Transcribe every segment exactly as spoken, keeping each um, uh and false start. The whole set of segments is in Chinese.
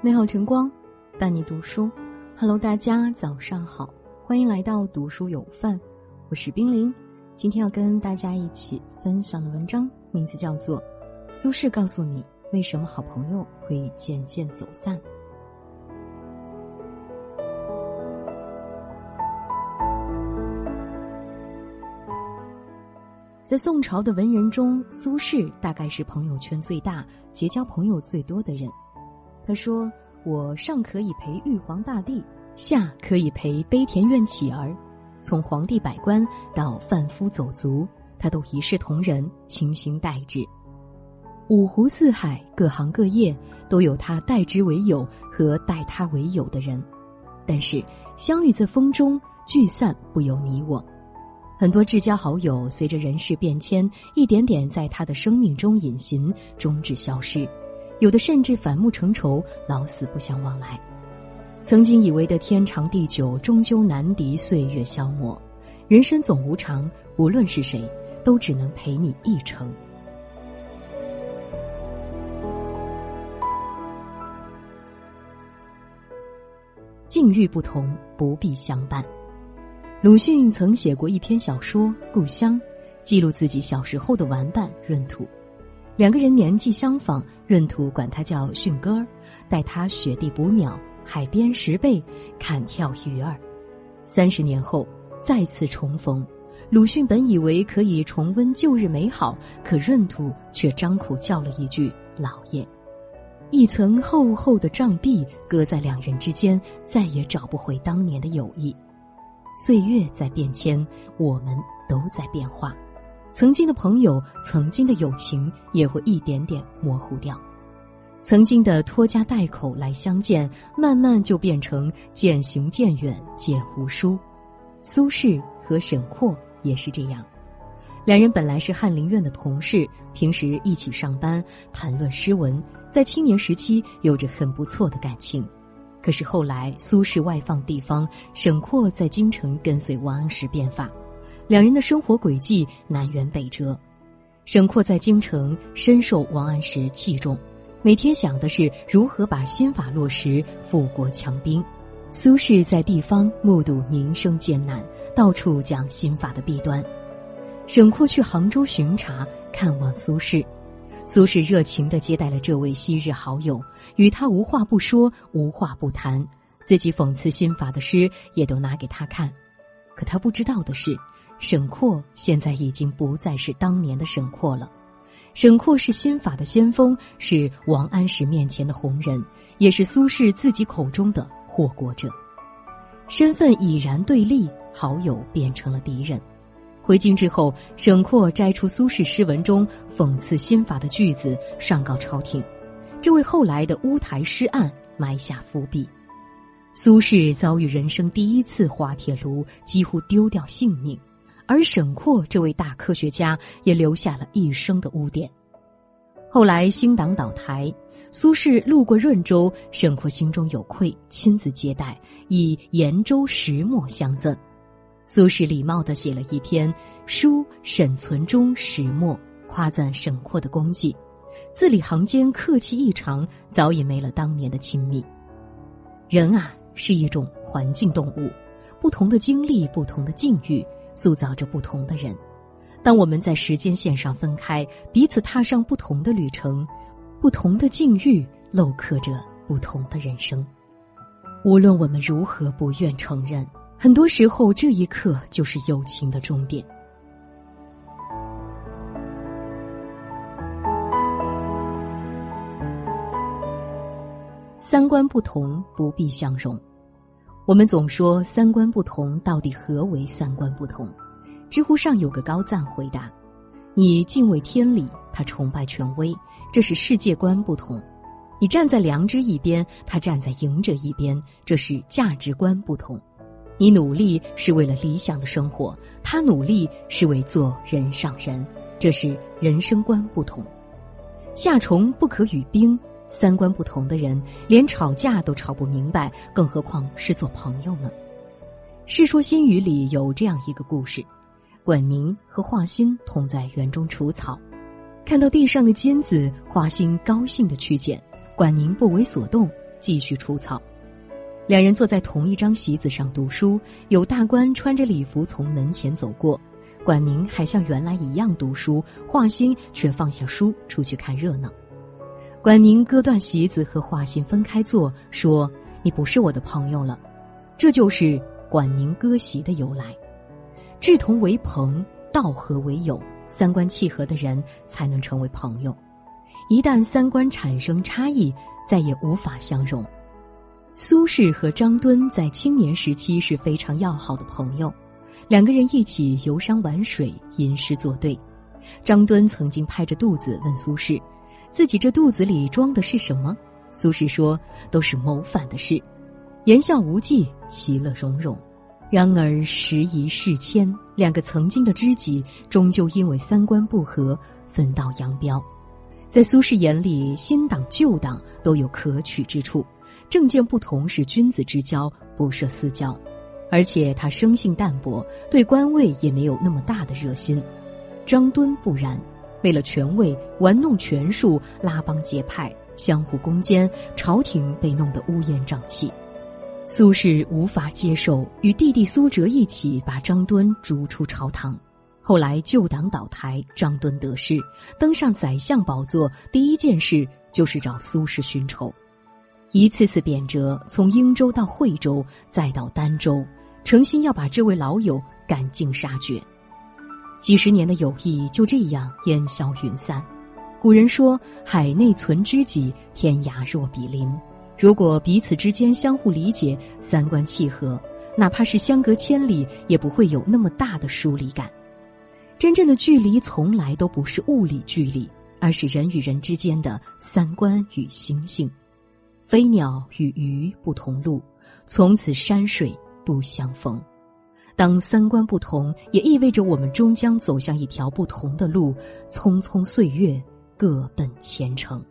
美好晨光伴你读书。 Hello， 大家早上好，欢迎来到读书有范，我是冰凌。今天要跟大家一起分享的文章名字叫做《苏轼告诉你为什么好朋友会渐渐走散》。在宋朝的文人中，苏轼大概是朋友圈最大、结交朋友最多的人。他说，我上可以陪玉皇大帝，下可以陪悲田院乞儿，从皇帝百官到贩夫走卒，他都一视同仁，倾心待之。五湖四海，各行各业都有他待之为友和待他为友的人，但是相遇在风中，聚散不由你我。很多至交好友随着人事变迁，一点点在他的生命中隐形，终至消失，有的甚至反目成仇，老死不相往来。曾经以为的天长地久，终究难敌岁月消磨。人生总无常，无论是谁，都只能陪你一程。境遇不同，不必相伴。鲁迅曾写过一篇小说《故乡》，记录自己小时候的玩伴闰土。两个人年纪相仿，闰土管他叫迅哥儿，带他雪地捕鸟，海边拾贝，砍跳鱼儿。三十年后再次重逢，鲁迅本以为可以重温旧日美好，可闰土却张口叫了一句老爷。一层厚厚的障壁隔在两人之间，再也找不回当年的友谊。岁月在变迁，我们都在变化，曾经的朋友，曾经的友情也会一点点模糊掉。曾经的拖家带口来相见，慢慢就变成渐行渐远，渐无书。苏轼和沈括也是这样，两人本来是翰林院的同事，平时一起上班，谈论诗文，在青年时期有着很不错的感情。可是后来苏轼外放地方，沈括在京城跟随王安石变法，两人的生活轨迹南辕北辙。沈括在京城深受王安石器重，每天想的是如何把新法落实，富国强兵。苏轼在地方目睹民生艰难，到处讲新法的弊端。沈括去杭州巡查，看望苏轼。苏轼热情地接待了这位昔日好友，与他无话不说，无话不谈，自己讽刺新法的诗也都拿给他看。可他不知道的是，沈括现在已经不再是当年的沈括了。沈括是新法的先锋，是王安石面前的红人，也是苏轼自己口中的祸国者。身份已然对立，好友变成了敌人。回京之后，沈括摘出苏轼诗文中讽刺新法的句子，上告朝廷，这为后来的乌台诗案埋下伏笔。苏轼遭遇人生第一次滑铁卢，几乎丢掉性命，而沈括这位大科学家也留下了一生的污点。后来新党倒台，苏轼路过润州，沈括心中有愧，亲自接待，以延州石墨相赠。苏轼礼貌地写了一篇《书沈存中石墨》，夸赞沈括的功绩，字里行间客气异常，早已没了当年的亲密。人啊，是一种环境动物，不同的经历，不同的境遇，塑造着不同的人。当我们在时间线上分开，彼此踏上不同的旅程，不同的境遇镂刻着不同的人生。无论我们如何不愿承认，很多时候这一刻就是友情的终点。三观不同，不必相容。我们总说三观不同，到底何为三观不同？知乎上有个高赞回答，你敬畏天理，他崇拜权威，这是世界观不同；你站在良知一边，他站在赢者一边，这是价值观不同；你努力是为了理想的生活，他努力是为做人上人，这是人生观不同。夏虫不可语冰，三观不同的人连吵架都吵不明白，更何况是做朋友呢？《世说新语》里有这样一个故事，管宁和华歆同在园中除草，看到地上的金子，华歆高兴地去捡，管宁不为所动， 继续除草。两人坐在同一张席子上读书，有大官穿着礼服从门前走过，管宁还像原来一样读书，华歆却放下书出去看热闹。管宁割断席子和华歆分开坐，说：“你不是我的朋友了。”这就是管宁割席的由来。志同为朋，道合为友，三观契合的人才能成为朋友。一旦三观产生差异，再也无法相容。苏轼和张敦在青年时期是非常要好的朋友，两个人一起游山玩水，吟诗作对。张敦曾经拍着肚子问苏轼，自己这肚子里装的是什么？苏轼说，都是谋反的事。言笑无忌，其乐融融。然而时移世迁，两个曾经的知己终究因为三观不合分道扬镳。在苏轼眼里，新党旧党都有可取之处，政见不同是君子之交，不涉私交。而且他生性淡泊，对官位也没有那么大的热心。张敦不然，为了权位玩弄权术，拉帮结派，相互攻坚，朝廷被弄得乌烟瘴气。苏轼无法接受，与弟弟苏辙一起把张敦逐出朝堂。后来旧党倒台，张敦得势，登上宰相宝座，第一件事就是找苏轼寻仇。一次次贬谪，从英州到惠州，再到儋州，诚心要把这位老友赶尽杀绝。几十年的友谊就这样烟消云散。古人说，海内存知己，天涯若比邻。如果彼此之间相互理解，三观契合，哪怕是相隔千里，也不会有那么大的疏离感。真正的距离从来都不是物理距离，而是人与人之间的三观与心性。飞鸟与鱼不同路，从此山水不相逢。当三观不同，也意味着我们终将走向一条不同的路，匆匆岁月，各奔前程。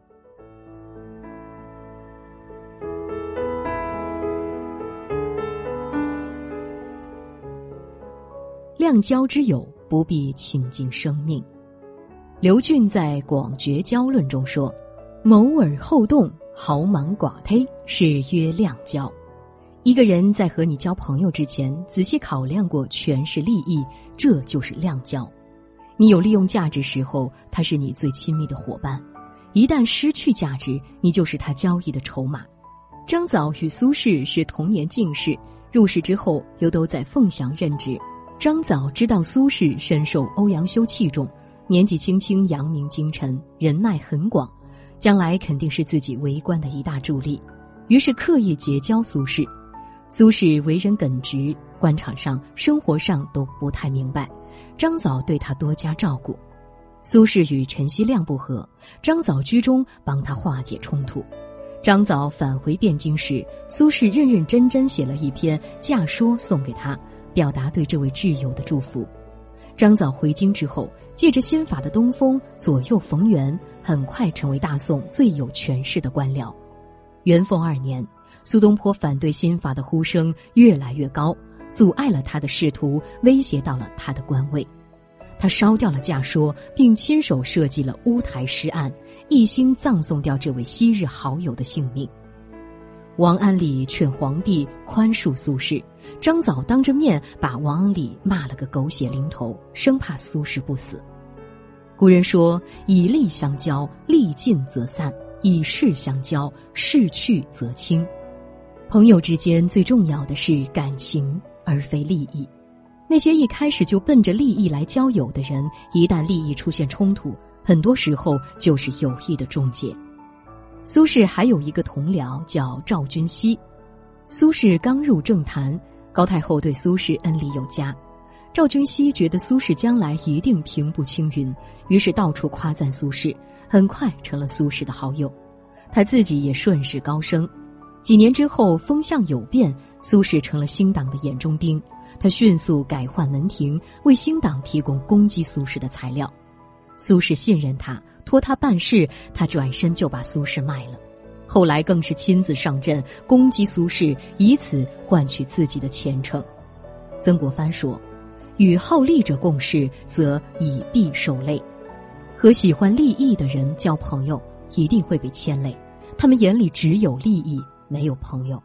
亮交之友，不必倾尽生命。刘俊在《广绝交论》中说，谋而后动，豪莽寡忒，是曰亮交。一个人在和你交朋友之前，仔细考量过权势利益，这就是亮交。你有利用价值时候，他是你最亲密的伙伴；一旦失去价值，你就是他交易的筹码。张藻与苏轼是同年进士，入仕之后又都在凤翔任职。张藻知道苏轼深受欧阳修器重，年纪轻轻扬名京城，人脉很广，将来肯定是自己为官的一大助力，于是刻意结交苏轼。苏轼为人耿直，官场上生活上都不太明白，张藻对他多加照顾。苏轼与陈希亮不和，张藻居中帮他化解冲突。张藻返回汴京时，苏轼认认真真写了一篇假说送给他，表达对这位挚友的祝福。张藻回京之后，借着新法的东风，左右逢源，很快成为大宋最有权势的官僚。元丰二年，苏东坡反对新法的呼声越来越高，阻碍了他的仕途，威胁到了他的官位。他烧掉了假说，并亲手设计了乌台诗案，一心葬送掉这位昔日好友的性命。王安礼劝皇帝宽恕苏轼，张藻当着面把王安礼骂了个狗血淋头，生怕苏轼不死。古人说，以利相交，利尽则散；以势相交，势去则清。朋友之间最重要的是感情，而非利益。那些一开始就奔着利益来交友的人，一旦利益出现冲突，很多时候就是友谊的终结。苏轼还有一个同僚叫赵君熙。苏轼刚入政坛，高太后对苏轼恩礼有加，赵君熙觉得苏轼将来一定平步青云，于是到处夸赞苏轼，很快成了苏轼的好友。他自己也顺势高升。几年之后，风向有变，苏轼成了新党的眼中钉，他迅速改换门庭，为新党提供攻击苏轼的材料。苏轼信任他，托他办事，他转身就把苏轼卖了。后来更是亲自上阵攻击苏轼，以此换取自己的前程。曾国藩说，与好利者共事，则以弊受累。和喜欢利益的人交朋友，一定会被牵累， 他们眼里只有利益，没有朋友。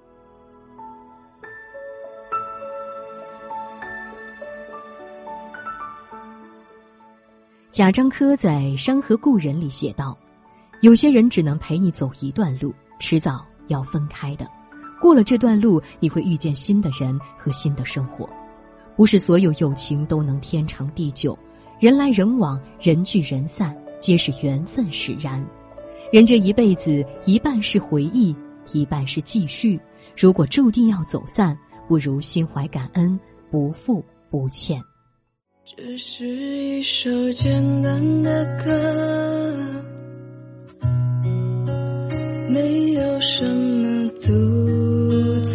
贾樟柯在《山河故人》里写道，有些人只能陪你走一段路，迟早要分开的。过了这段路，你会遇见新的人和新的生活。不是所有友情都能天长地久，人来人往，人聚人散，皆是缘分使然。人这一辈子，一半是回忆，一半是继续。如果注定要走散，不如心怀感恩，不负不欠。 这是一首简单的歌，没有什么独特，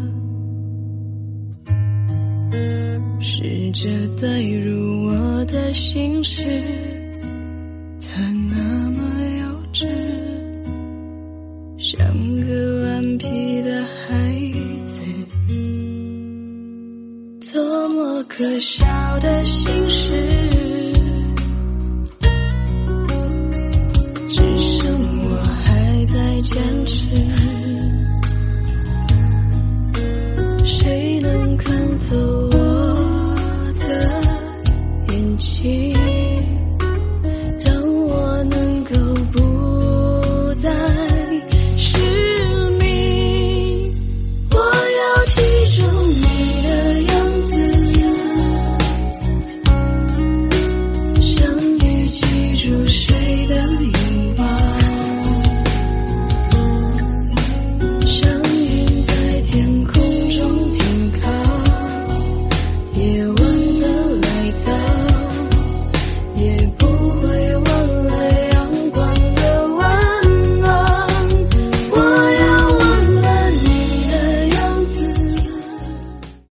试着带入我的心事，它那么幼稚，像个顽皮的孩子，多么可笑的心事，只剩我还在坚持。